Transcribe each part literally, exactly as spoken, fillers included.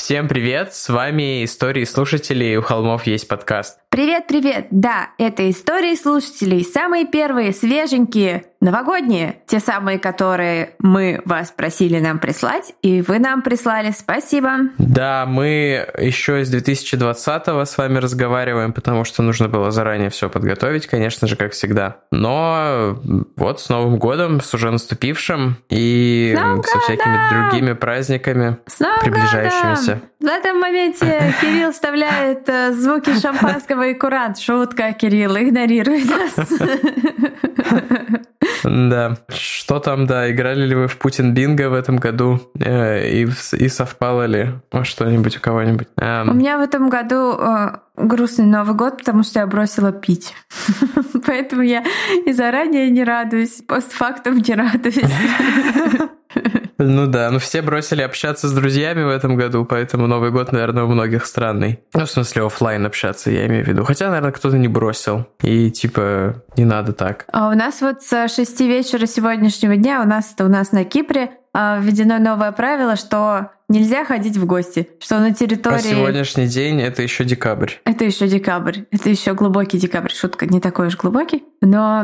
Всем привет, с вами «Истории слушателей», у холмов есть подкаст. Привет-привет! Да, это истории слушателей, самые первые, свеженькие, новогодние, те самые, которые мы вас просили нам прислать, и вы нам прислали. Спасибо! Да, мы еще с две тысячи двадцатого с вами разговариваем, потому что нужно было заранее все подготовить, конечно же, как всегда. Но вот с Новым годом, с уже наступившим, и со всякими другими праздниками, приближающимися. В этом моменте Кирилл вставляет э, звуки шампанского и курант. Шутка, Кирилл, игнорируй нас. Да. Что там, да, играли ли вы в Путин Бинго в этом году? Э, и, и совпало ли что-нибудь у кого-нибудь? Эм... У меня в этом году э, грустный Новый год, потому что я бросила пить. Поэтому я и заранее не радуюсь, постфактум не радуюсь. Ну да, ну все бросили общаться с друзьями в этом году, поэтому Новый год, наверное, у многих странный. Ну, в смысле, офлайн общаться, я имею в виду. Хотя, наверное, кто-то не бросил. И типа, не надо так. А у нас вот с шести вечера сегодняшнего дня, у нас это у нас на Кипре, введено новое правило, что нельзя ходить в гости, что на территории... А сегодняшний день — это еще декабрь. Это еще декабрь. Это еще глубокий декабрь. Шутка, не такой уж глубокий, но...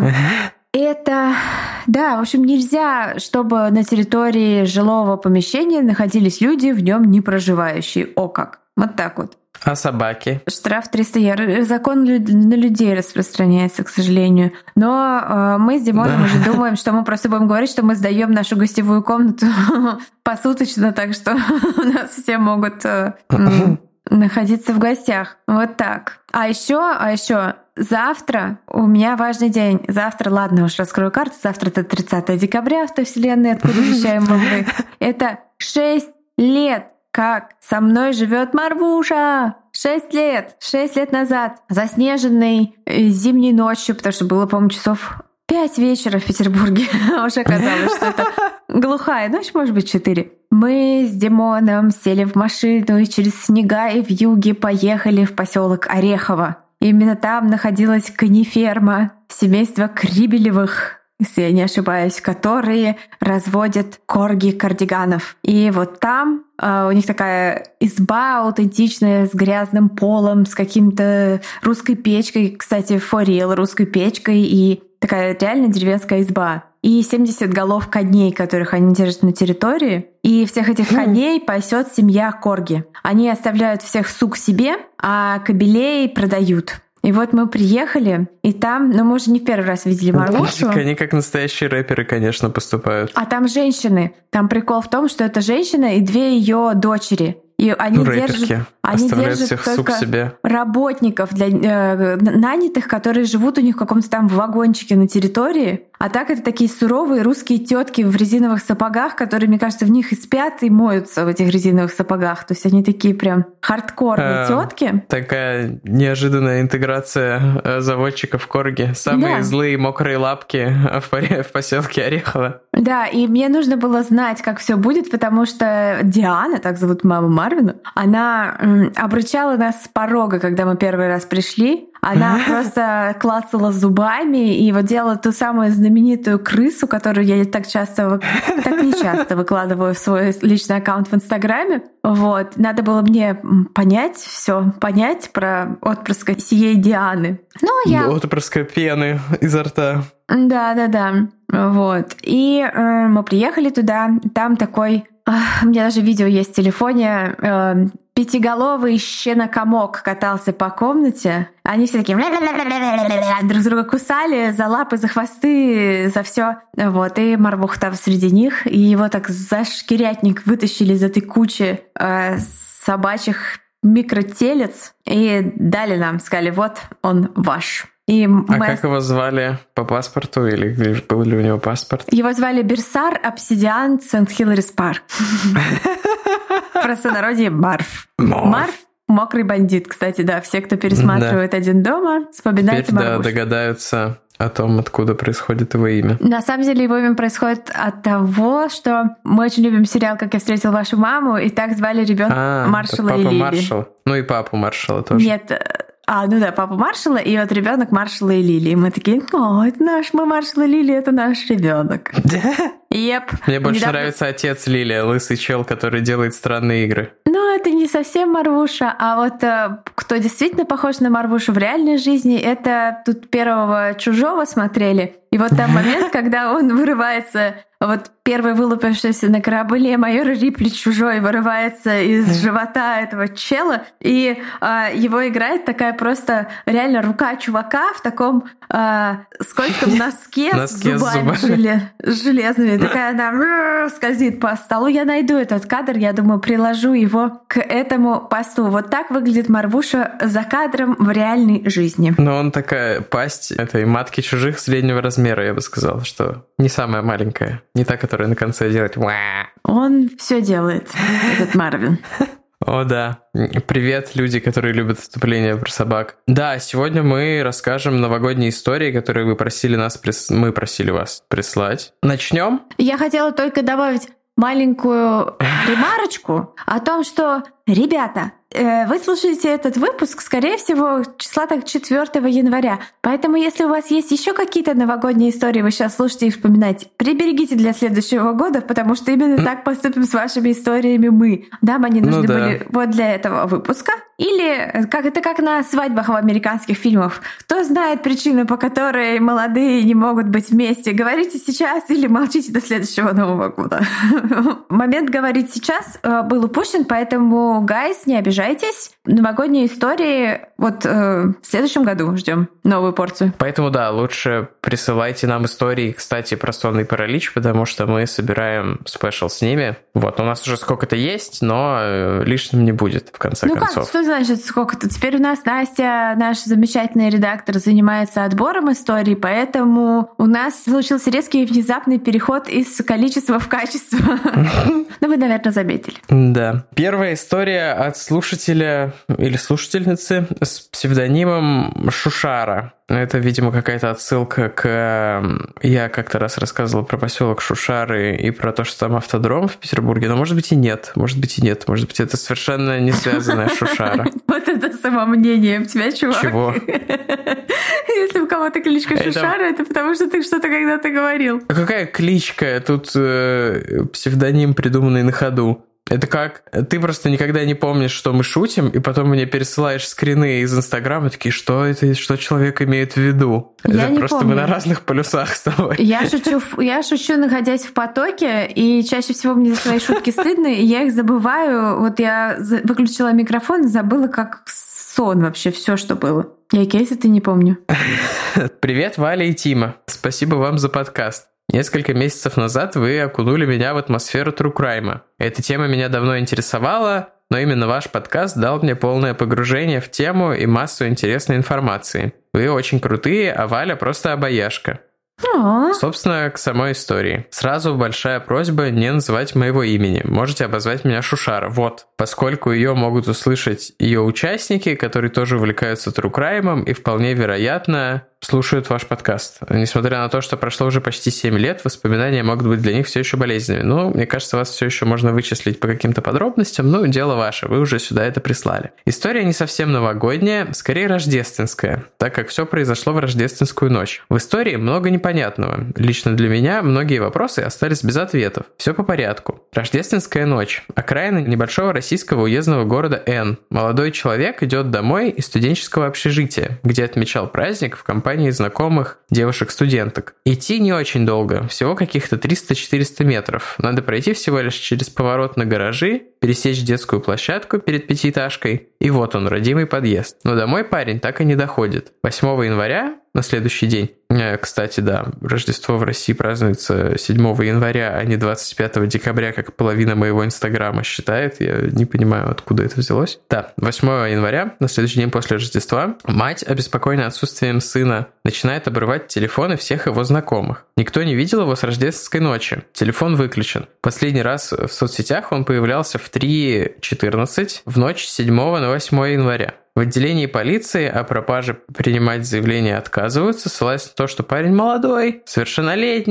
Это, да, в общем, нельзя, чтобы на территории жилого помещения находились люди, в нем не проживающие. О как! Вот так вот. А собаки? Штраф триста евро. Закон на людей распространяется, к сожалению. Но э, мы с Димоном да. уже думаем, что мы просто будем говорить, что мы сдаем нашу гостевую комнату посуточно, так что у нас все могут э, находиться в гостях. Вот так. А еще, а еще завтра у меня важный день. Завтра, ладно, уж раскрою карту. Завтра это тридцатое декабря в той вселенной, откуда вещаем мы. Это шесть лет, как со мной живет Марвуша. Шесть лет. Шесть лет назад. Заснеженной зимней ночью, потому что было, по-моему, часов пять вечера в Петербурге. Уже казалось, что это глухая ночь, может быть, четыре. Мы с Димоном сели в машину и через снега и вьюги поехали в поселок Орехово. Именно там находилась кониферма семейства Крибелевых, если я не ошибаюсь, которые разводят корги-кардиганов. И вот там э, у них такая изба аутентичная с грязным полом, с каким-то русской печкой, кстати, форел русской печкой, и такая реально деревенская изба. И семьдесят голов коней, которых они держат на территории. И всех этих коней пасет семья корги. Они оставляют всех сук себе, а кобелей продают. И вот мы приехали, и там, ну мы уже не в первый раз видели Марвушу. Они как настоящие рэперы, конечно, поступают. А там женщины. Там прикол в том, что это женщина и две ее дочери. И они ну, держат, они держат всех только сук себе. Работников для э, нанятых, которые живут у них в каком-то там вагончике на территории. А так это такие суровые русские тетки в резиновых сапогах, которые, мне кажется, в них и спят, и моются в этих резиновых сапогах. То есть они такие прям хардкорные а, тетки. Такая неожиданная интеграция заводчиков корги. Самые да. злые мокрые лапки в, в поселке Орехово. Да, и мне нужно было знать, как все будет, потому что Диана, так зовут маму Марвина, она м, обручала нас с порога, когда мы первый раз пришли. Она просто клацала зубами и вот делала ту самую знаменитую крысу, которую я так часто, так не часто выкладываю в свой личный аккаунт в Инстаграме. Вот. Надо было мне понять все, понять про отпрыска сией Дианы. Ну, я... Отпрыска пены изо рта. Да-да-да. Вот. И э, мы приехали туда, там такой... Э, у меня даже видео есть в телефоне... Э, пятиголовый щенокомок катался по комнате. Они все такие друг друга кусали за лапы, за хвосты, за все. Вот. И Марвух там среди них. И его так за шкирятник вытащили из этой кучи э, собачьих микротелец и дали нам, сказали, вот он ваш. И а мы... как его звали по паспорту? Или был ли у него паспорт? Его звали Берсар Обсидиан Сент-Хилларис Парк. Простонародье Марф. Марф — мокрый бандит, кстати, да. Все, кто пересматривает да. «Один дома», вспоминайте Марфушу. Да, догадаются о том, откуда происходит его имя. На самом деле его имя происходит от того, что мы очень любим сериал «Как я встретил вашу маму», и так звали ребенка а, Маршала и Лили. Маршал. Ну и папу Маршала тоже. Нет, а, ну да, папу Маршала, и вот ребенок Маршала и Лили. И мы такие, о, это наш, мы Маршал и Лили, это наш ребенок. Да? Yep. Мне больше Недавно... нравится отец Лили, лысый чел, который делает странные игры. Ну, ну, это не совсем Марвуша, а вот э, кто действительно похож на Марвушу в реальной жизни, это тут первого «Чужого» смотрели. И вот там момент, когда он вырывается, вот первый вылупившийся на корабле майор Рипли Чужой вырывается из живота этого чела, и э, его играет такая просто реально рука чувака в таком э, скользком носке с зубами желе- железными. Такая она скользит по столу. Я найду этот кадр, я думаю, приложу его к этому посту. Вот так выглядит Марвуша за кадром в реальной жизни. Но он такая пасть этой матки чужих среднего размера, я бы сказал, что не самая маленькая, не та, которая на конце делает «Уа». Он все делает, этот Марвин. О, да. Привет, люди, которые любят вступления про собак. Да, сегодня мы расскажем новогодние истории, которые вы просили нас, прис... мы просили вас прислать. Начнем? Я хотела только добавить маленькую ремарочку о том, что, ребята, вы слушаете этот выпуск, скорее всего, числа так четвёртого января. Поэтому, если у вас есть еще какие-то новогодние истории, вы сейчас слушаете и вспоминаете, приберегите для следующего года, потому что именно mm. так поступим с вашими историями мы. Нам они нужны ну, да. были вот для этого выпуска. Или как это как на свадьбах в американских фильмах. Кто знает причину, по которой молодые не могут быть вместе? Говорите сейчас или молчите до следующего Нового года. Момент говорить сейчас был упущен, поэтому, гайс, не обижайтесь. Новогодние истории вот э, в следующем году ждем новую порцию. Поэтому, да, лучше присылайте нам истории, кстати, про сонный паралич, потому что мы собираем спешл с ними. Вот, у нас уже сколько-то есть, но лишним не будет, в конце ну концов. Ну как, что значит сколько-то? Теперь у нас Настя, наш замечательный редактор, занимается отбором историй, поэтому у нас случился резкий и внезапный переход из количества в качество. Ну, вы, наверное, заметили. Да. Первая история от слушателя или слушательницы с псевдонимом Шушара. Это, видимо, какая-то отсылка к... Я как-то раз рассказывал про поселок Шушары и про то, что там автодром в Петербурге, но может быть и нет, может быть и нет, может быть это совершенно не связанная Шушара. Вот это самомнение у тебя, чувак. Чего? Если у кого-то кличка Шушара, это потому что ты что-то когда-то говорил. А какая кличка? Тут псевдоним, придуманный на ходу. Это как, ты просто никогда не помнишь, что мы шутим, и потом мне пересылаешь скрины из Инстаграма, такие, что это, что человек имеет в виду? Я это не просто помню. Мы на разных полюсах с тобой. Я шучу, я шучу, находясь в потоке, и чаще всего мне за свои шутки стыдно, и я их забываю. Вот я выключила микрофон и забыла, как сон вообще, все, что было. Я кейсы-то не помню. Привет, Валя и Тима. Спасибо вам за подкаст. Несколько месяцев назад вы окунули меня в атмосферу True Crime. Эта тема меня давно интересовала, но именно ваш подкаст дал мне полное погружение в тему и массу интересной информации. Вы очень крутые, а Валя просто обаяшка. О. Собственно, к самой истории. Сразу большая просьба не называть моего имени. Можете обозвать меня Шушара. Вот. Поскольку ее могут услышать ее участники, которые тоже увлекаются True Crime и вполне вероятно слушают ваш подкаст. Несмотря на то, что прошло уже почти семь лет, воспоминания могут быть для них все еще болезненными. Ну, мне кажется, вас все еще можно вычислить по каким-то подробностям. Ну, дело ваше, вы уже сюда это прислали. История не совсем новогодняя, скорее рождественская, так как все произошло в рождественскую ночь. В истории много непонятного. Лично для меня многие вопросы остались без ответов. Все по порядку. Рождественская ночь. Окраина небольшого российского уездного города Н. Молодой человек идет домой из студенческого общежития, где отмечал праздник в компании знакомых девушек-студенток. Идти не очень долго, всего каких-то триста-четыреста метров. Надо пройти всего лишь через поворот на гаражи, пересечь детскую площадку перед пятиэтажкой, и вот он, родимый подъезд. Но домой парень так и не доходит. восьмого января, на следующий день, кстати, да, Рождество в России празднуется седьмого января, а не двадцать пятого декабря, как половина моего инстаграма считает. Я не понимаю, откуда это взялось. Да, восьмого января, на следующий день после Рождества, мать, обеспокоенная отсутствием сына, начинает обрывать телефоны всех его знакомых. Никто не видел его с рождественской ночи. Телефон выключен. Последний раз в соцсетях он появлялся в три четырнадцать в ночь с седьмого на восьмое января. В отделении полиции о пропаже принимать заявление отказываются, ссылаясь на то, что парень молодой, совершеннолетний,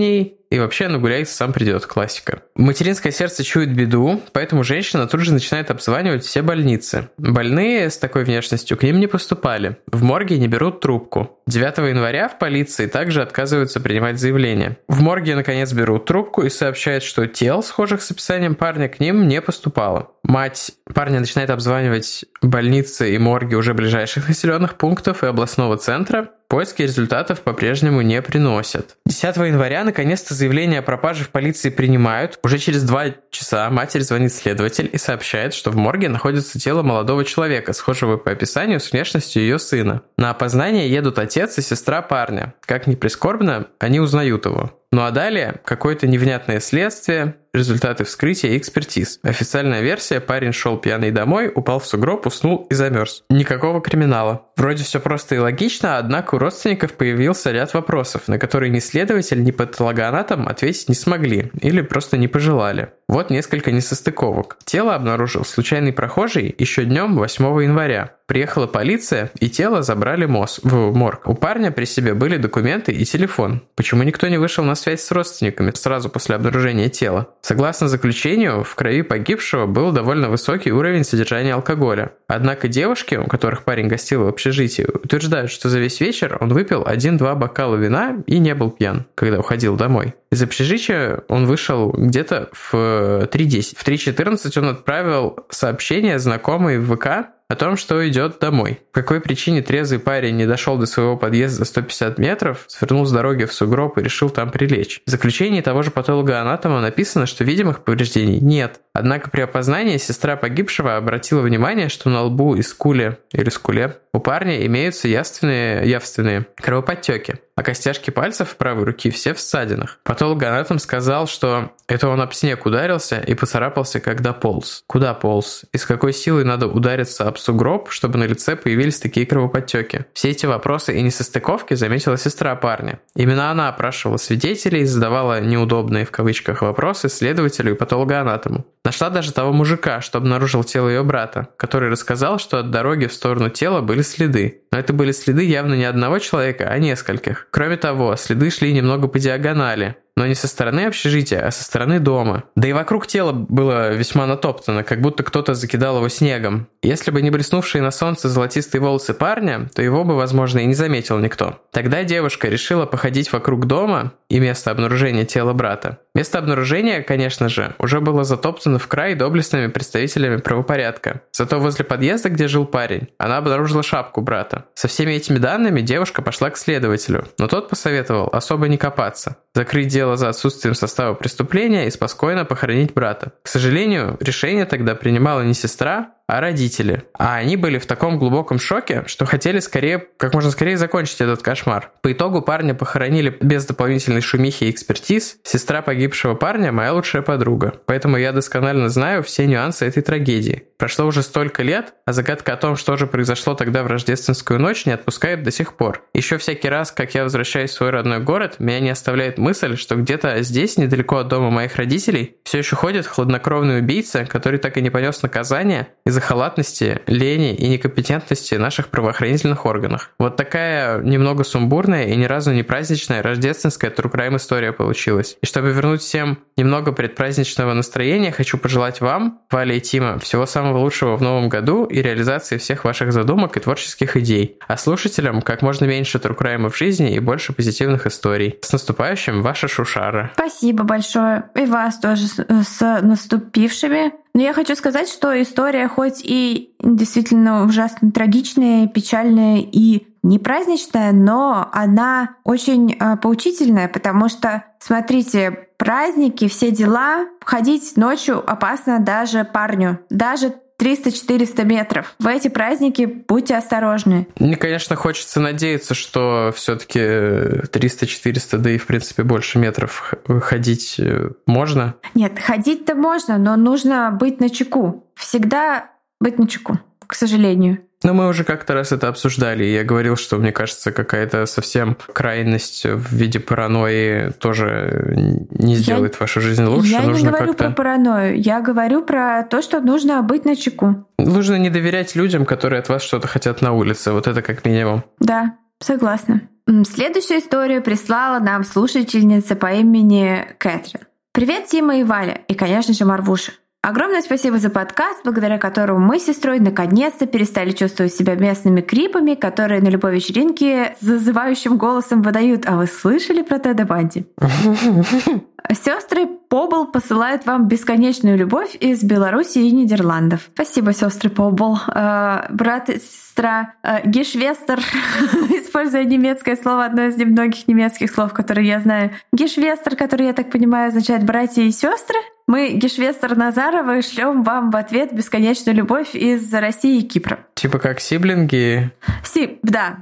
и вообще нагуляется, сам придет, классика. Материнское сердце чует беду, поэтому женщина тут же начинает обзванивать все больницы. Больные с такой внешностью к ним не поступали, в морге не берут трубку. девятого января в полиции также отказываются принимать заявления. В морге, наконец, берут трубку и сообщают, что тел, схожих с описанием парня, к ним не поступало. Мать парня начинает обзванивать больницы и морги уже ближайших населенных пунктов и областного центра. Поиски результатов по-прежнему не приносят. десятого января наконец-то заявление о пропаже в полиции принимают. Уже через два часа матери звонит следователь и сообщает, что в морге находится тело молодого человека, схожего по описанию с внешностью ее сына. На опознание едут отец и сестра парня. Как ни прискорбно, они узнают его. Ну а далее какое-то невнятное следствие, результаты вскрытия и экспертиз. Официальная версия: парень шел пьяный домой, упал в сугроб, уснул и замерз. Никакого криминала. Вроде все просто и логично, однако у родственников появился ряд вопросов, на которые ни следователь, ни патологоанатом ответить не смогли или просто не пожелали. Вот несколько несостыковок. Тело обнаружил случайный прохожий еще днем восьмого января. Приехала полиция, и тело забрали моз, в морг. У парня при себе были документы и телефон. Почему никто не вышел на связь с родственниками сразу после обнаружения тела? Согласно заключению, в крови погибшего был довольно высокий уровень содержания алкоголя. Однако девушки, у которых парень гостил в общежитии, утверждают, что за весь вечер он выпил один-два бокала вина и не был пьян, когда уходил домой. Из общежития он вышел где-то в три десять. В три четырнадцать он отправил сообщение знакомой в ВК о том, что идет домой. По какой причине трезвый парень не дошел до своего подъезда за сто пятьдесят метров, свернул с дороги в сугроб и решил там прилечь. В заключении того же патологоанатома написано, что видимых повреждений нет. Однако при опознании сестра погибшего обратила внимание, что на лбу и скуле или скуле у парня имеются явственные, явственные кровоподтеки, а костяшки пальцев правой руки все в ссадинах. Патологоанатом сказал, что это он об снег ударился и поцарапался, когда полз. Куда полз? И с какой силой надо удариться об сугроб, чтобы на лице появились такие кровоподтеки? Все эти вопросы и несостыковки заметила сестра парня. Именно она опрашивала свидетелей и задавала неудобные в кавычках вопросы следователю и патологоанатому. Нашла даже того мужика, что обнаружил тело ее брата, который рассказал, что от дороги в сторону тела были следы. Но это были следы явно не одного человека, а нескольких. Кроме того, следы шли немного по диагонали, но не со стороны общежития, а со стороны дома. Да и вокруг тела было весьма натоптано, как будто кто-то закидал его снегом. Если бы не блеснувшие на солнце золотистые волосы парня, то его бы, возможно, и не заметил никто. Тогда девушка решила походить вокруг дома и места обнаружения тела брата. Место обнаружения, конечно же, уже было затоптано в край доблестными представителями правопорядка. Зато возле подъезда, где жил парень, она обнаружила шапку брата. Со всеми этими данными девушка пошла к следователю, но тот посоветовал особо не копаться, закрыть дело за отсутствием состава преступления и спокойно похоронить брата. К сожалению, решение тогда принимала не сестра, а родители. А они были в таком глубоком шоке, что хотели скорее, как можно скорее закончить этот кошмар. По итогу парня похоронили без дополнительной шумихи и экспертиз. Сестра погибшего парня – моя лучшая подруга. Поэтому я досконально знаю все нюансы этой трагедии. Прошло уже столько лет, а загадка о том, что же произошло тогда в рождественскую ночь, не отпускает до сих пор. Еще всякий раз, как я возвращаюсь в свой родной город, меня не оставляет мысль, что где-то здесь, недалеко от дома моих родителей, все еще ходит хладнокровный убийца, который так и не понес наказания из-за халатности, лени и некомпетентности наших правоохранительных органов. Вот такая немного сумбурная и ни разу не праздничная рождественская true crime история получилась. И чтобы вернуть всем немного предпраздничного настроения, хочу пожелать вам, Валя и Тима, всего самого лучшего в новом году и реализации всех ваших задумок и творческих идей. А слушателям как можно меньше true crime в жизни и больше позитивных историй. С наступающим, ваша Шушара. Спасибо большое. И вас тоже с, с наступившими. Но я хочу сказать, что история хоть и действительно ужасно трагичная, печальная и не праздничная, но она очень э, поучительная, потому что, смотрите, праздники, все дела, ходить ночью опасно даже парню, даже триста-четыреста метров. В эти праздники будьте осторожны. Мне, конечно, хочется надеяться, что все-таки триста-четыреста, да и, в принципе, больше метров ходить можно. Нет, ходить-то можно, но нужно быть начеку. Всегда быть начеку, к сожалению. Но мы уже как-то раз это обсуждали, и я говорил, что, мне кажется, какая-то совсем крайность в виде паранойи тоже не сделает я, вашу жизнь лучше. Я нужно не говорю как-то... про паранойю, я говорю про то, что нужно быть начеку. Нужно не доверять людям, которые от вас что-то хотят на улице, вот это как минимум. Да, согласна. Следующую историю прислала нам слушательница по имени Кэтрин. Привет, Тима и Валя, и, конечно же, Марвуша. Огромное спасибо за подкаст, благодаря которому мы с сестрой наконец-то перестали чувствовать себя местными крипами, которые на любой вечеринке с зазывающим голосом выдают: «А вы слышали про Теда Банди?» Сестры Побл посылают вам бесконечную любовь из Беларуси и Нидерландов. Спасибо, сестры Побл. Э, брат и сестра э, Гешвестер, используя немецкое слово, одно из немногих немецких слов, которые я знаю. Гешвестер, который, я так понимаю, означает братья и сестры. Мы, Гешвестер Назаровы, шлем вам в ответ бесконечную любовь из России и Кипра. Типа как сиблинги? Си, да.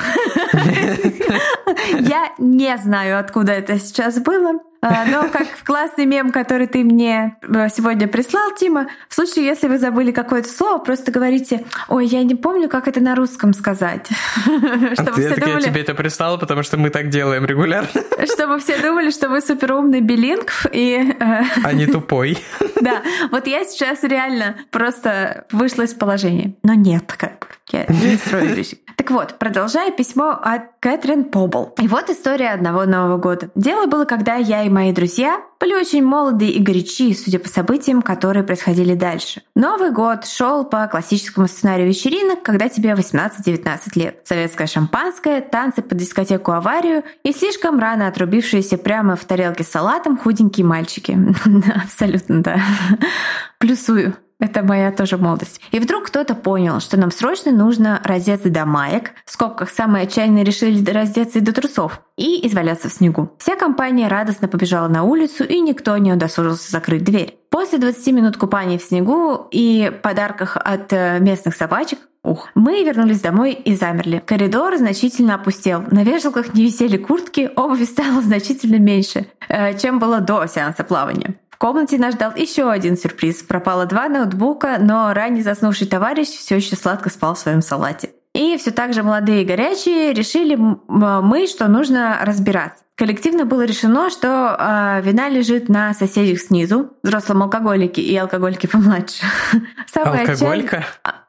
Я не знаю, откуда это сейчас было. Но как классный мем, который ты мне сегодня прислал, Тима, в случае, если вы забыли какое-то слово, просто говорите: «Ой, я не помню, как это на русском сказать». Чтобы все думали... Я тебе это прислала, потому что мы так делаем регулярно. Чтобы все думали, что вы суперумный билингв и... А не тупой. Да, вот я сейчас реально просто вышла из положения. Но нет, как бы, я не строю вещи. Так вот, продолжая письмо от Кэтрин Побл. И вот история одного Нового года. Дело было, когда я и мои друзья были очень молоды и горячи, судя по событиям, которые происходили дальше. Новый год шел по классическому сценарию вечеринок, когда тебе восемнадцать-девятнадцать лет. Советское шампанское, танцы под дискотеку «Аварию» и слишком рано отрубившиеся прямо в тарелке с салатом худенькие мальчики. Абсолютно, да. Плюсую. Это моя тоже молодость. И вдруг кто-то понял, что нам срочно нужно раздеться до маек, в скобках самые отчаянные решили раздеться и до трусов, и изваляться в снегу. Вся компания радостно побежала на улицу, и никто не удосужился закрыть дверь. После двадцати минут купания в снегу и подарках от местных собачек, ух, мы вернулись домой и замерли. Коридор значительно опустел. На вешалках не висели куртки, обуви стало значительно меньше, чем было до сеанса плавания. В комнате нас ждал еще один сюрприз. Пропало два ноутбука, но ранее заснувший товарищ все еще сладко спал в своем салате. И все так же молодые и горячие решили мы, что нужно разбираться. Коллективно было решено, что э, вина лежит на соседях снизу, взрослом алкоголике и алкоголике помладше. Алкоголька?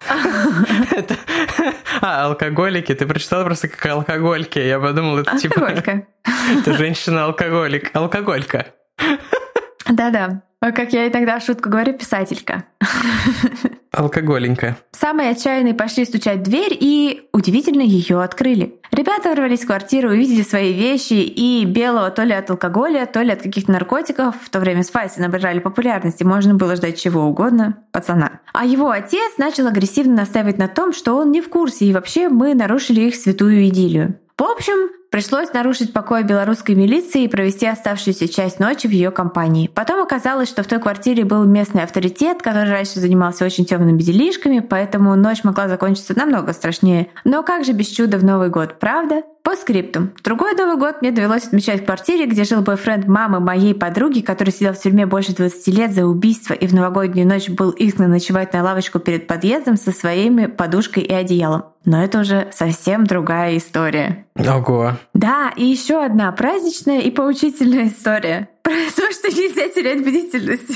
А, алкоголики. Ты прочитала просто как алкогольки. Я подумал, это типа... Это женщина-алкоголик. Алкоголька. Да-да. Как я иногда шутку говорю, писателька. Алкоголенька. Самые отчаянные пошли стучать в дверь и, удивительно, ее открыли. Ребята ворвались в квартиру, увидели свои вещи и белого то ли от алкоголя, то ли от каких-то наркотиков. В то время спайсы набирали популярности, можно было ждать чего угодно, пацана. А его отец начал агрессивно настаивать на том, что он не в курсе, и вообще мы нарушили их святую идиллию. В общем, пришлось нарушить покой белорусской милиции и провести оставшуюся часть ночи в ее компании. Потом оказалось, что в той квартире был местный авторитет, который раньше занимался очень темными делишками, поэтому ночь могла закончиться намного страшнее. Но как же без чуда в Новый год, правда? По скриптум. Другой Новый год мне довелось отмечать в квартире, где жил бойфренд мамы моей подруги, который сидел в тюрьме больше двадцати лет за убийство и в новогоднюю ночь был изгнан ночевать на лавочку перед подъездом со своими подушкой и одеялом. Но это уже совсем другая история. Ого. Да, и еще одна праздничная и поучительная история про то, что нельзя терять бдительность.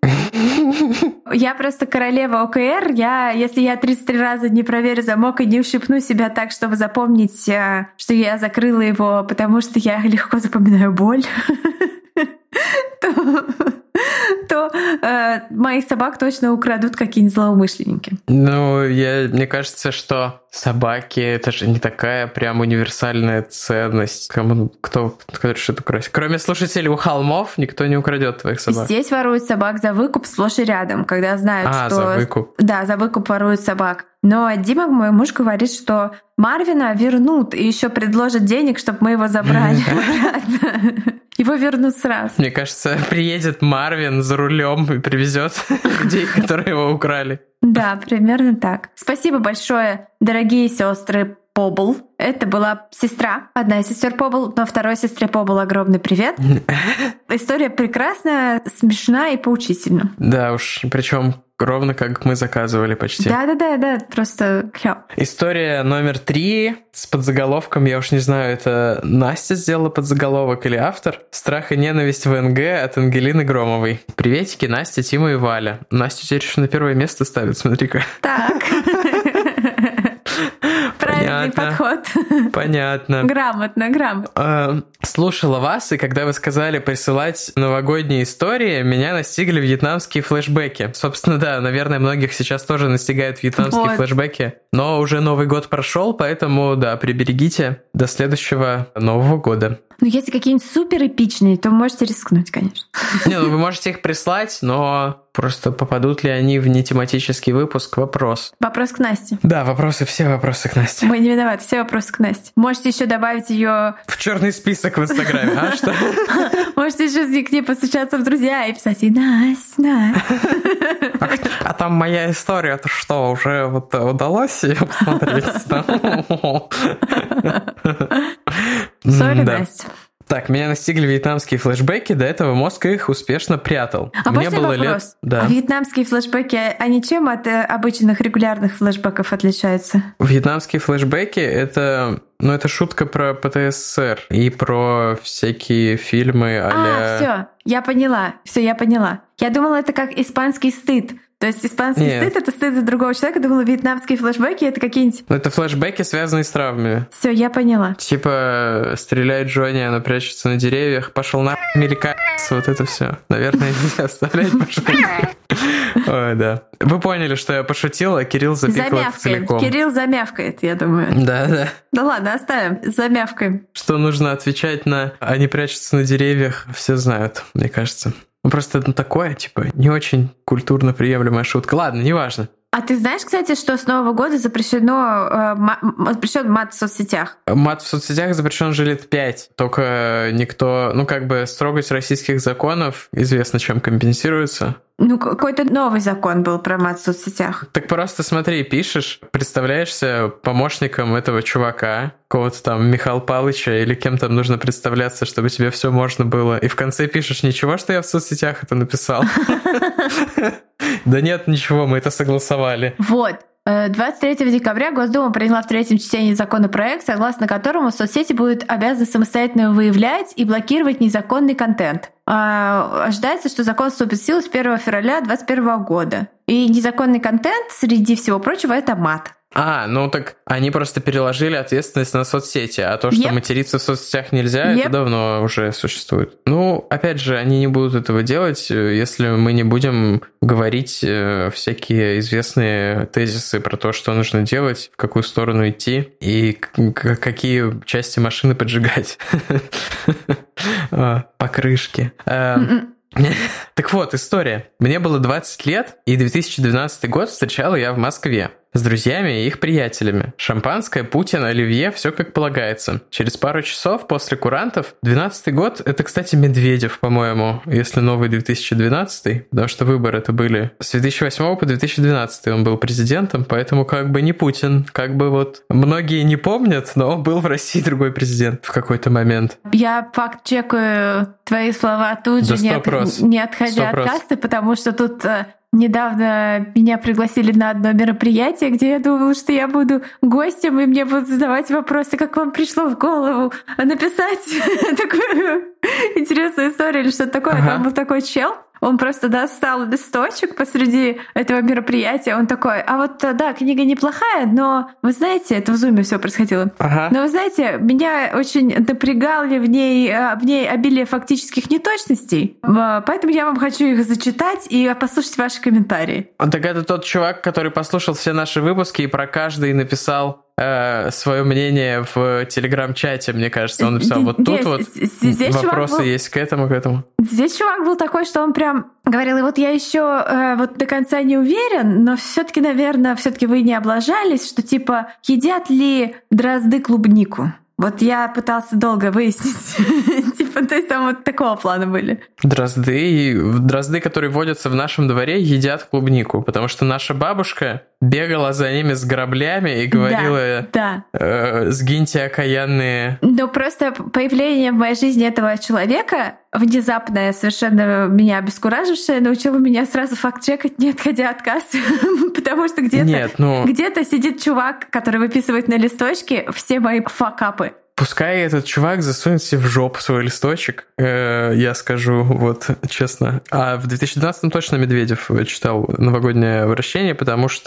Я просто королева ОКР. Я, если я тридцать три раза не проверю замок и не ущипну себя так, чтобы запомнить, что я закрыла его, потому что я легко запоминаю боль, то, то э, моих собак точно украдут какие-нибудь злоумышленники. Ну, я, мне кажется, что собаки — это же не такая прям универсальная ценность. Кому, кто, кто решит украсть? Кроме слушателей у холмов, никто не украдет твоих собак. Здесь воруют собак за выкуп сплошь и рядом, когда знают, а, что... за выкуп. Да, за выкуп воруют собак. Но Дима, мой муж, говорит, что Марвина вернут и еще предложат денег, чтобы мы его забрали обратно. Его вернут сразу. Мне кажется, приедет Марвин за рулем и привезет людей, которые его украли. Да, примерно так. Спасибо большое, дорогие сестры Побл. Это была сестра, одна из сестер Побл, но второй сестре Побл огромный привет. История прекрасная, смешна и поучительна. Да уж, причем ровно как мы заказывали почти. Да-да-да, да, просто клёв. История номер три с подзаголовком, я уж не знаю, это Настя сделала подзаголовок или автор. «Страх и ненависть в эн гэ» от Ангелины Громовой. Приветики, Настя, Тима и Валя. Настю теперь еще на первое место ставят, смотри-ка. Так. Правильно Правильный подход. Понятно. Грамотно, грамотно. Слушала вас, и когда вы сказали присылать новогодние истории, меня настигли вьетнамские флешбеки. Собственно, да, наверное, многих сейчас тоже настигают вьетнамские вот. флешбеки. Но уже Новый год прошел, поэтому, да, приберегите до следующего Нового года. Ну, если какие-нибудь супер эпичные, то можете рискнуть, конечно. Не, ну вы можете их прислать, но просто попадут ли они в нетематический выпуск — вопрос. Вопрос к Насте. Да, вопросы, все вопросы к Насте. Мы не виноваты, все вопросы к Насте. Можете еще добавить ее в черный список в Инстаграме, а что? Можете еще к ней постучаться в друзья и писать ей: Настя, Настя. А там моя история, это что, уже вот удалось ее посмотреть? Сори, Настя. Так, меня настигли вьетнамские флешбеки, до этого мозг их успешно прятал. А Мне можно было вопрос? Лет... Да. А вьетнамские флешбеки, они чем от обычных регулярных флешбеков отличаются? Вьетнамские флешбеки — это... Ну, это шутка про ПТСР и про всякие фильмы а-ля... А, все, я поняла, все, я поняла. Я думала, это как испанский стыд. То есть испанский Нет. стыд — это стыд за другого человека. Думала, вьетнамские флешбеки — это какие-нибудь... Это флешбеки, связанные с травмами. Все, я поняла. Типа, стреляет Джонни, она прячется на деревьях, пошел на американец, вот это все. Наверное, нельзя вставлять, пожалуйста. Ой, да. Вы поняли, что я пошутил, а Кирилл запикал это целиком. Кирилл замявкает, я думаю. Да, да. Ну ладно, оставим, замявкаем. Что нужно отвечать на «они прячутся на деревьях», все знают, мне кажется. Ну, просто ну, такое, типа, не очень культурно приемлемая шутка. Ладно, неважно. А ты знаешь, кстати, что с Нового года запрещено э, ма- запрещен мат в соцсетях? Мат в соцсетях запрещен уже лет пять. Только никто, ну как бы строгость российских законов известно чем компенсируется. Ну, какой-то новый закон был про мат в соцсетях. Так просто смотри, пишешь, представляешься помощником этого чувака, какого-то там Михаила Павловича, или кем там нужно представляться, чтобы тебе все можно было, и в конце пишешь: ничего, что я в соцсетях это написал. Да нет, ничего, мы это согласовали. Вот. двадцать третьего декабря Госдума приняла в третьем чтении законопроект, согласно которому соцсети будут обязаны самостоятельно выявлять и блокировать незаконный контент. Ожидается, что закон вступит в силу с первого февраля двадцать первого года. И незаконный контент, среди всего прочего, это мат. А, ну так они просто переложили ответственность на соцсети, а то, что yep. материться в соцсетях нельзя, yep. это давно уже существует. Ну, опять же, они не будут этого делать, если мы не будем говорить всякие известные тезисы про то, что нужно делать, в какую сторону идти и какие части машины поджигать. Покрышки. Так вот, история. Мне было двадцать лет, и две тысячи двенадцатый год встречал я в Москве с друзьями и их приятелями. Шампанское, Путин, оливье, все как полагается. Через пару часов после курантов, двенадцатый год, это, кстати, Медведев, по-моему, если новый две тысячи двенадцатый, потому что выборы это были с две тысячи восьмого по две тысячи двенадцатый он был президентом, поэтому как бы не Путин, как бы вот многие не помнят, но он был в России другой президент в какой-то момент. Я факт-чекаю твои слова тут же, не, от... не отходя от касты, потому что тут... Недавно меня пригласили на одно мероприятие, где я думала, что я буду гостем, и мне будут задавать вопросы, как вам пришло в голову написать такую интересную историю или что-то такое. Ага. Там был такой чел, он просто достал листочек посреди этого мероприятия, он такой: а вот да, книга неплохая, но вы знаете, это в зуме все происходило, ага. но вы знаете, меня очень напрягали в ней, в ней обилие фактических неточностей, поэтому я вам хочу их зачитать и послушать ваши комментарии. Так это тот чувак, который послушал все наши выпуски и про каждый написал э, свое мнение в телеграм-чате, мне кажется. Он написал: вот тут вот вопросы был... есть к этому, к этому. Здесь чувак был такой, что он прям говорил: и вот я еще э, вот до конца не уверен, но все-таки, наверное, все-таки вы не облажались, что типа едят ли дрозды клубнику? Вот я пытался долго выяснить. Типа, то есть там вот такого плана были. Дрозды, дрозды, которые водятся в нашем дворе, едят клубнику, потому что наша бабушка бегала за ними с граблями и говорила: да, да. Э, сгиньте, окаянные. Но просто появление в моей жизни этого человека, внезапное, совершенно меня обескуражившее, научило меня сразу факт-чекать, не отходя от кассы, потому что где-то, Нет, ну... где-то сидит чувак, который выписывает на листочке все мои факапы. Пускай этот чувак засунет себе в жопу свой листочек, э, я скажу, вот, честно. А в две тысячи двенадцатом точно Медведев читал «Новогоднее обращение», потому что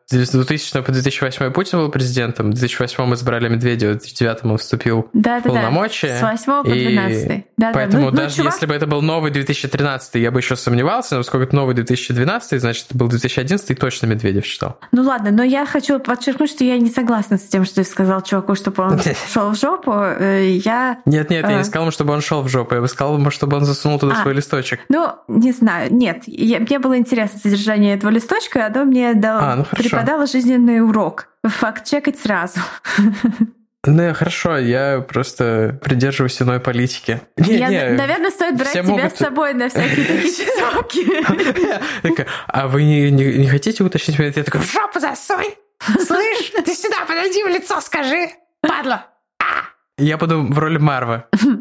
с двухтысячного по две тысячи восьмой Путин был президентом, в две тысячи восьмом избрали Медведева, в две тысячи девятом он вступил да, в полномочия. Да, с восьмого по двенадцатый. Да, поэтому да. Ну, даже ну, чувак... если бы это был новый две тысячи тринадцатый, я бы еще сомневался, но поскольку это новый две тысячи двенадцатый, значит, это был две тысячи одиннадцатый, точно Медведев считал. Ну ладно, но я хочу подчеркнуть, что я не согласна с тем, что ты сказал чуваку, чтобы он шел в жопу. Я... Нет, нет, я не сказал ему, чтобы он шел в жопу, я бы сказал ему, чтобы он засунул туда а, свой листочек. Ну, не знаю, нет, я, мне было интересно содержание этого листочка, оно мне дало, а, ну преподало жизненный урок. Факт-чекать сразу. Ну, хорошо, я просто придерживаюсь иной политики. Не, я, не, наверное, стоит брать тебя могут... с собой на всякие такие тусовки. А вы не, не, не хотите уточнить меня? Я такой, в жопу засунь! Слышь, ты сюда подойди, в лицо скажи, падла! Я буду в роли Марва.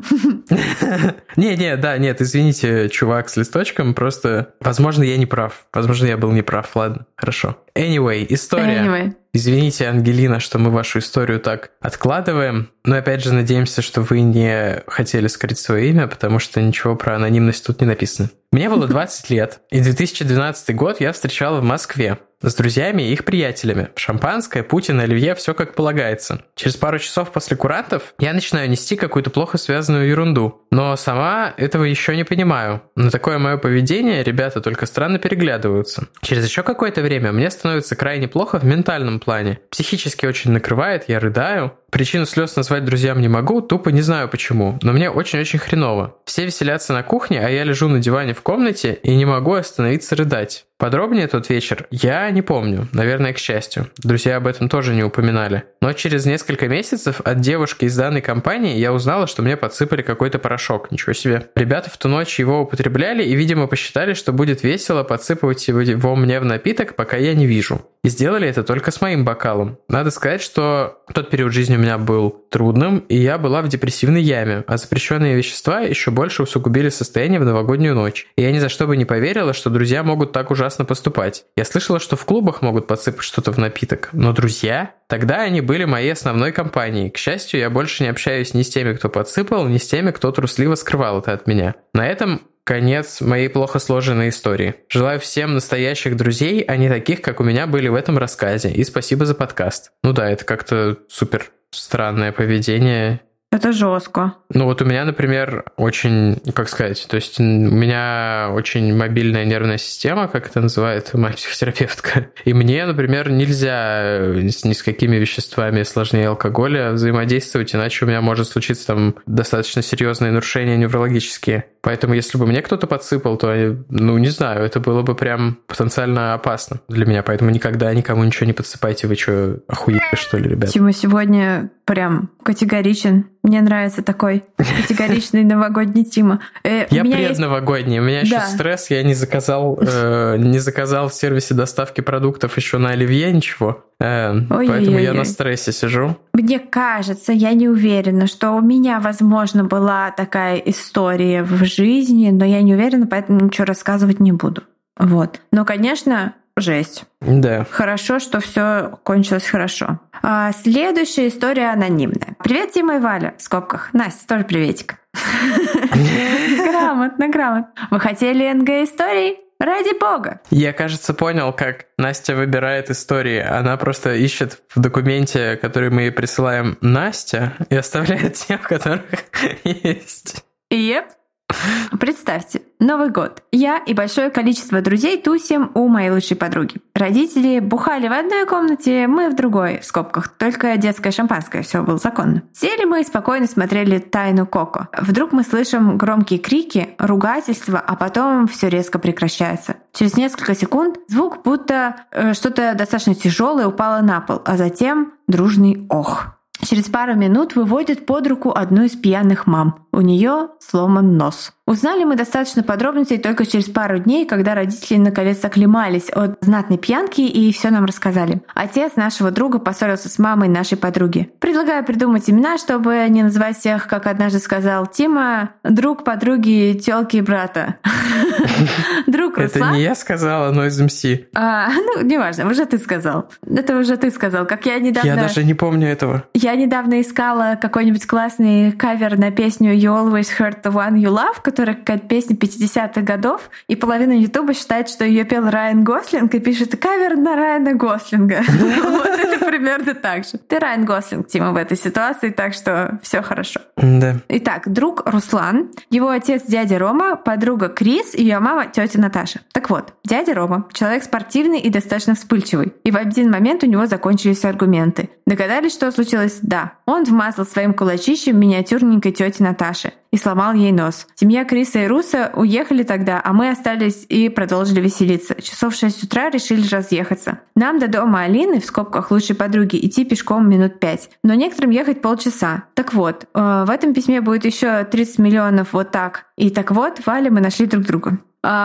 Не-не, да, нет, извините, чувак с листочком, просто, возможно, я не прав. Возможно, я был не прав, ладно, хорошо. Anyway, история. Anyway. Извините, Ангелина, что мы вашу историю так откладываем, но опять же надеемся, что вы не хотели скрыть свое имя, потому что ничего про анонимность тут не написано. Мне было двадцать лет, и две тысячи двенадцатый год я встречал в Москве с друзьями и их приятелями. Шампанское, Путин, оливье, все как полагается. Через пару часов после курантов я начинаю нести какую-то плохо связанную ерунду, но сама этого еще не понимаю. На такое мое поведение ребята только странно переглядываются. Через еще какое-то время мне становится крайне плохо в ментальном плане. Психически очень накрывает, я рыдаю. Причину слез назвать друзьям не могу, тупо не знаю почему, но мне очень-очень хреново. Все веселятся на кухне, а я лежу на диване в комнате и не могу остановиться рыдать. Подробнее тот вечер я не помню, наверное, к счастью. Друзья об этом тоже не упоминали. Но через несколько месяцев от девушки из данной компании я узнала, что мне подсыпали какой-то порошок. Ничего себе. Ребята в ту ночь его употребляли и, видимо, посчитали, что будет весело подсыпывать его мне в напиток, пока я не вижу. И сделали это только с моим бокалом. Надо сказать, что тот период жизни у меня был трудным, и я была в депрессивной яме, а запрещенные вещества еще больше усугубили состояние в новогоднюю ночь. И я ни за что бы не поверила, что друзья могут так ужасно поступать. Я слышала, что в клубах могут подсыпать что-то в напиток, но друзья... Тогда они были моей основной компанией. К счастью, я больше не общаюсь ни с теми, кто подсыпал, ни с теми, кто трусливо скрывал это от меня. На этом конец моей плохо сложенной истории. Желаю всем настоящих друзей, а не таких, как у меня были в этом рассказе. И спасибо за подкаст. Ну да, это как-то супер странное поведение. Это жестко. Ну вот у меня, например, очень, как сказать, то есть у меня очень мобильная нервная система, как это называет моя психотерапевтка. И мне, например, нельзя ни с какими веществами сложнее алкоголя взаимодействовать, иначе у меня может случиться там достаточно серьезные нарушения неврологические. Поэтому если бы мне кто-то подсыпал, то, ну, не знаю, это было бы прям потенциально опасно для меня. Поэтому никогда никому ничего не подсыпайте. Вы что, охуели, что ли, ребят? Тима сегодня прям категоричен. Мне нравится такой категоричный новогодний Тима. Э, я предновогодний. У меня еще стресс. Я не заказал, э, не заказал в сервисе доставки продуктов еще на оливье ничего. Э, поэтому я на стрессе сижу. Мне кажется, я не уверена, что у меня, возможно, была такая история в жизни, но я не уверена, поэтому ничего рассказывать не буду. Вот. Но, конечно, жесть. Да. Хорошо, что все кончилось хорошо. А следующая история анонимная. Привет, Тима и Валя. В скобках. Настя, тоже приветик. Грамотно, грамотно. Вы хотели эн гэ историй? Ради бога. Я, кажется, понял, как Настя выбирает истории. Она просто ищет в документе, который мы ей присылаем, Настя, и оставляет те, в которых есть. Yep. Представьте, Новый год. Я и большое количество друзей тусим у моей лучшей подруги. Родители бухали в одной комнате, мы в другой, в скобках. Только детское шампанское, все было законно. Сели мы и спокойно смотрели «Тайну Коко». Вдруг мы слышим громкие крики, ругательства, а потом все резко прекращается. Через несколько секунд звук, будто э, что-то достаточно тяжелое упало на пол, а затем дружный ох. Через пару минут выводят под руку одну из пьяных мам. У нее сломан нос. Узнали мы достаточно подробностей только через пару дней, когда родители наконец оклемались от знатной пьянки и все нам рассказали. Отец нашего друга поссорился с мамой нашей подруги. Предлагаю придумать имена, чтобы не называть всех, как однажды сказал Тима, друг подруги, тёлки и брата. Друг Руслан. Это не я сказала, но из эм си. А, ну, неважно, уже ты сказал. Это уже ты сказал, как я недавно... Я даже не помню этого. Я недавно искала какой-нибудь классный кавер на песню You Always Heard the One You Love, которая какая-то песня пятидесятых годов, и половина Ютуба считает, что ее пел Райан Гослинг, и пишет кавер на Райана Гослинга. Вот это примерно так же. Ты Райан Гослинг, Тима, в этой ситуации, так что все хорошо. Да. Итак, друг Руслан, его отец дядя Рома, подруга Крис и ее мама тетя Наташа. Так вот, дядя Рома — человек спортивный и достаточно вспыльчивый. И в один момент у него закончились аргументы. Догадались, что случилось? Да. Он вмазал своим кулачищем миниатюрненькой тете Наташе и сломал ей нос. Семья Криса и Руса уехали тогда, а мы остались и продолжили веселиться. Часов в шесть утра решили разъехаться. Нам до дома Алины, в скобках лучшей подруги, идти пешком минут пять. Но некоторым ехать полчаса. Так вот, в этом письме будет еще тридцать миллионов вот так. И так вот, Валя, мы нашли друг друга.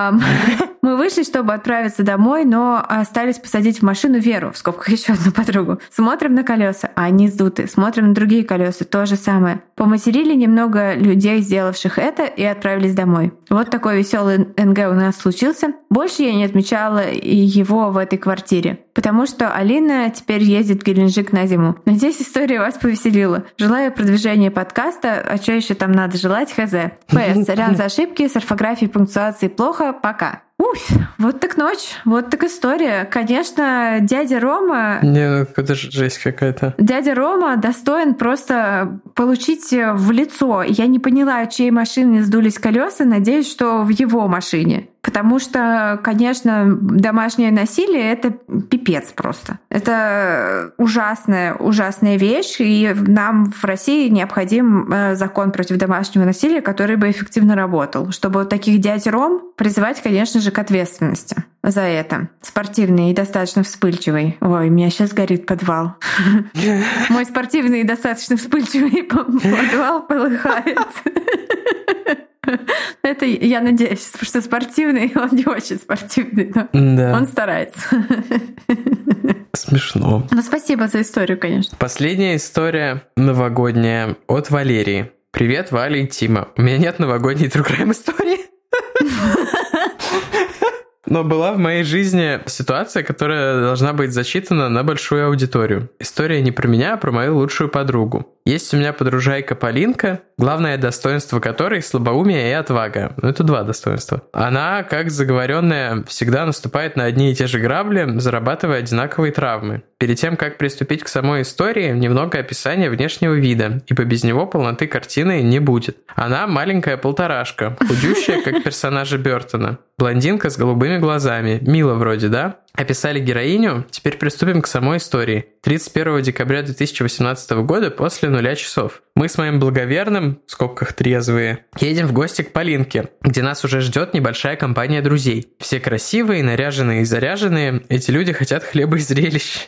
Мы вышли, чтобы отправиться домой, но остались посадить в машину Веру, в скобках еще одну подругу. Смотрим на колеса, а они сдуты. Смотрим на другие колеса, то же самое. Поматерили немного людей, сделавших это, и отправились домой. Вот такой веселый эн гэ у нас случился. Больше я не отмечала и его в этой квартире, потому что Алина теперь ездит в Геленджик на зиму. Надеюсь, история вас повеселила. Желаю продвижения подкаста, а что еще там надо желать, хз. пэ эс. Сорян за ошибки, с орфографией, пунктуацией плохо. Пока. Уф, вот так ночь, вот так история. Конечно, дядя Рома... Не, ну это же жесть какая-то. Дядя Рома достоин просто получить в лицо. Я не поняла, чьей машине сдулись колеса, надеюсь, что в его машине. Потому что, конечно, домашнее насилие — это пипец просто. Это ужасная, ужасная вещь, и нам в России необходим закон против домашнего насилия, который бы эффективно работал, чтобы таких дядь Ром призывать, конечно же, к ответственности за это. Спортивный и достаточно вспыльчивый. Ой, у меня сейчас горит подвал. Мой спортивный и достаточно вспыльчивый подвал полыхает. Это, я надеюсь, что спортивный, он не очень спортивный, но да. Он старается. Смешно. Ну, спасибо за историю, конечно. Последняя история новогодняя от Валерии. Привет, Валя и Тима. У меня нет новогодней True Crime истории. Но была в моей жизни ситуация, которая должна быть зачитана на большую аудиторию. История не про меня, а про мою лучшую подругу. Есть у меня подружайка Полинка, главное достоинство которой — слабоумие и отвага. Ну, это два достоинства. Она, как заговоренная, всегда наступает на одни и те же грабли, зарабатывая одинаковые травмы. Перед тем, как приступить к самой истории, немного описания внешнего вида, ибо без него полноты картины не будет. Она маленькая полторашка, худющая, как персонажи Бёртона. Блондинка с голубыми глазами. Мило вроде, да? Описали героиню, теперь приступим к самой истории. тридцать первого декабря две тысячи восемнадцатого года после нуля часов. Мы с моим благоверным, в скобках трезвые, едем в гости к Полинке, где нас уже ждет небольшая компания друзей. Все красивые, наряженные и заряженные. Эти люди хотят хлеба и зрелищ.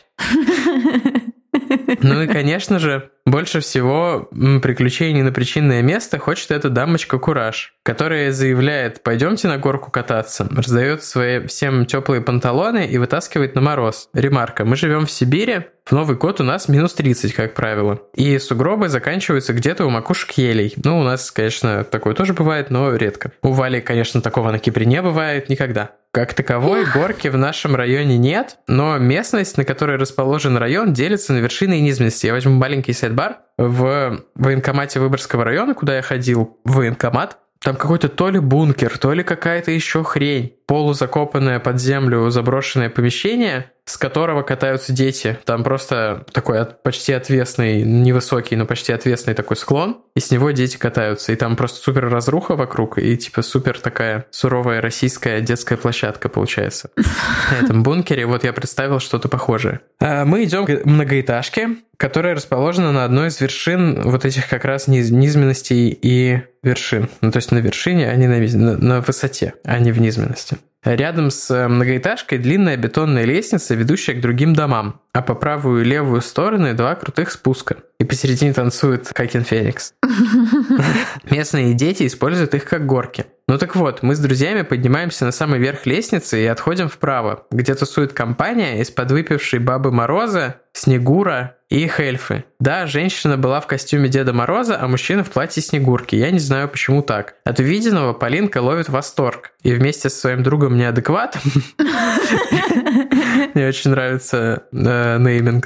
Ну и, конечно же, больше всего приключений на причинное место хочет эта дамочка Кураж, которая заявляет: «Пойдемте на горку кататься», раздает свои всем теплые панталоны и вытаскивает на мороз. Ремарка: мы живем в Сибири, в Новый год у нас минус тридцать, как правило. И сугробы заканчиваются где-то у макушек елей. Ну, у нас, конечно, такое тоже бывает, но редко. У Вали, конечно, такого на Кипре не бывает никогда. Как таковой горки в нашем районе нет, но местность, на которой расположен район, делится на вершины и низменности. Я возьму маленький сайдбар. В военкомате Выборгского района, куда я ходил, в военкомат, там какой-то то ли бункер, то ли какая-то еще хрень. Полузакопанное под землю заброшенное помещение, с которого катаются дети. Там просто такой почти отвесный, невысокий, но почти отвесный такой склон, и с него дети катаются. И там просто супер разруха вокруг, и типа супер такая суровая российская детская площадка получается. На этом бункере вот я представил что-то похожее. Мы идем к многоэтажке, которая расположена на одной из вершин вот этих как раз низ- низменностей и вершин. Ну, то есть на вершине, а не на, на, на высоте, а не в низменности. Рядом с многоэтажкой длинная бетонная лестница, ведущая к другим домам, а по правую и левую стороны два крутых спуска. И посередине танцует Хакин Феникс. Местные дети используют их как горки. Ну так вот, мы с друзьями поднимаемся на самый верх лестницы и отходим вправо, где тусует компания из подвыпившей Бабы Мороза, Снегура и их эльфы. Да, женщина была в костюме Деда Мороза, а мужчина в платье Снегурки. Я не знаю, почему так. От увиденного Полинка ловит восторг. И вместе со своим другом Неадекватом... Мне очень нравится нейминг, да.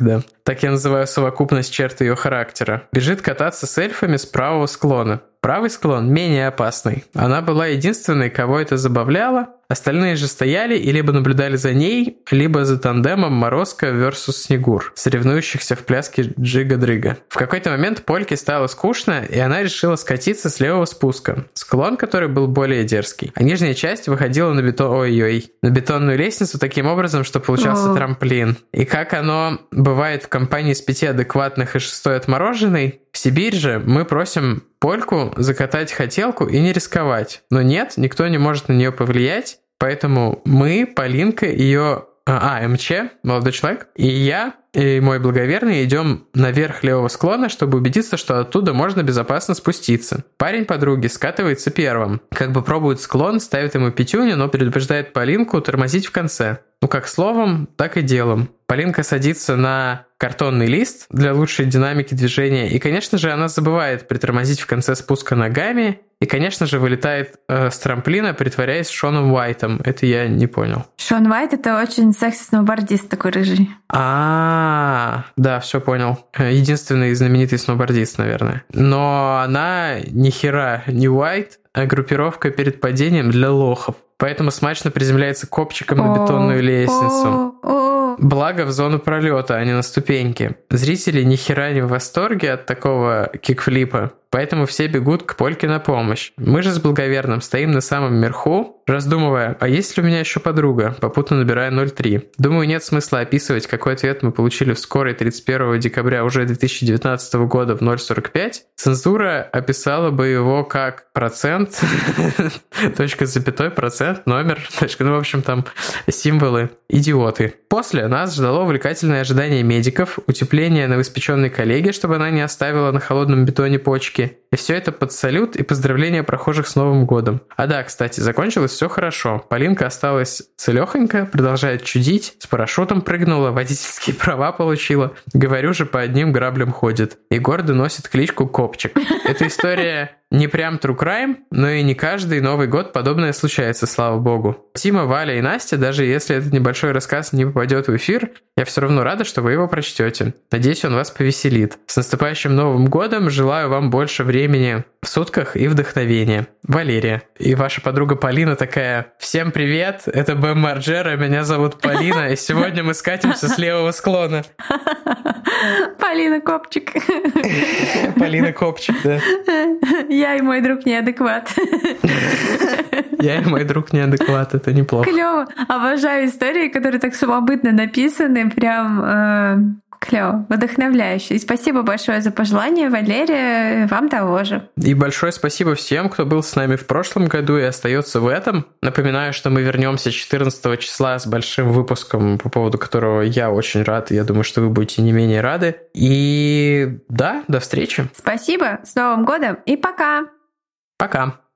так я называю совокупность черт ее характера, бежит кататься с эльфами с правого склона. Правый склон менее опасный. Она была единственной, кого это забавляло. Остальные же стояли и либо наблюдали за ней, либо за тандемом Морозко versus Снегур, соревнующихся в пляске Джига-дрыга. В какой-то момент Польке стало скучно, и она решила скатиться с левого спуска, склон который был более дерзкий. А нижняя часть выходила на, бетон... Ой-ой. на бетонную лестницу таким образом, что получался трамплин. И как оно бывает в компании с пяти адекватных и шестой отмороженной, в Сибирь же мы просим Польку закатать хотелку и не рисковать. Но нет, никто не может на нее повлиять, поэтому мы, Полинка, ее... А, МЧ, молодой человек, и я, и мой благоверный идем наверх левого склона, чтобы убедиться, что оттуда можно безопасно спуститься. Парень подруги скатывается первым. Как бы пробует склон, ставит ему пятюню, но предупреждает Полинку тормозить в конце. Ну, как словом, так и делом. Полинка садится на картонный лист для лучшей динамики движения, и, конечно же, она забывает притормозить в конце спуска ногами, и, конечно же, вылетает э, с трамплина, притворяясь Шоном Уайтом. Это я не понял. Шон Уайт — это очень секси-сноубордист такой рыжий. А, да, все понял. Единственный знаменитый сноубордист, наверное. Но она ни хера не Уайт, а группировка перед падением для лохов. Поэтому смачно приземляется копчиком на бетонную лестницу. Благо в зону пролета, а не на ступеньки. Зрители ни хера не в восторге от такого кикфлипа, поэтому все бегут к Польке на помощь. Мы же с благоверным стоим на самом верху, раздумывая, а есть ли у меня еще подруга, попутно набирая ноль три. Думаю, нет смысла описывать, какой ответ мы получили в скорой тридцать первого декабря уже две тысячи девятнадцатого года в ноль сорок пять. Цензура описала бы его как процент, точка запятой, процент, номер, точка, ну, в общем, там символы. Идиоты. После нас ждало увлекательное ожидание медиков, утепление новоиспеченной коллеги, чтобы она не оставила на холодном бетоне почки. И все это под салют и поздравления прохожих с Новым годом. А да, кстати, закончилось все хорошо. Полинка осталась целехонько, продолжает чудить, с парашютом прыгнула, водительские права получила. Говорю же, по одним граблям ходит. И гордо носит кличку Копчик. Эта история не прям true crime, но и не каждый Новый год подобное случается, слава богу. Тима, Валя и Настя, даже если этот небольшой рассказ не попадет в эфир, я все равно рада, что вы его прочтете. Надеюсь, он вас повеселит. С наступающим Новым годом, желаю вам больше времени в сутках и вдохновения. Валерия. И ваша подруга Полина такая: всем привет, это Бэм Марджера, меня зовут Полина, и сегодня мы скатимся с левого склона. Полина Копчик. Полина Копчик, да. Я и мой друг неадекват. Я и мой друг неадекват, это неплохо. Клево. Обожаю истории, которые так самобытно написаны, прям э, клево, вдохновляюще. И спасибо большое за пожелание, Валерия, вам того же. И большое спасибо всем, кто был с нами в прошлом году и остается в этом. Напоминаю, что мы вернемся четырнадцатого числа с большим выпуском, по поводу которого я очень рад, и я думаю, что вы будете не менее рады. И да, до встречи. Спасибо, с Новым годом и пока! Пока!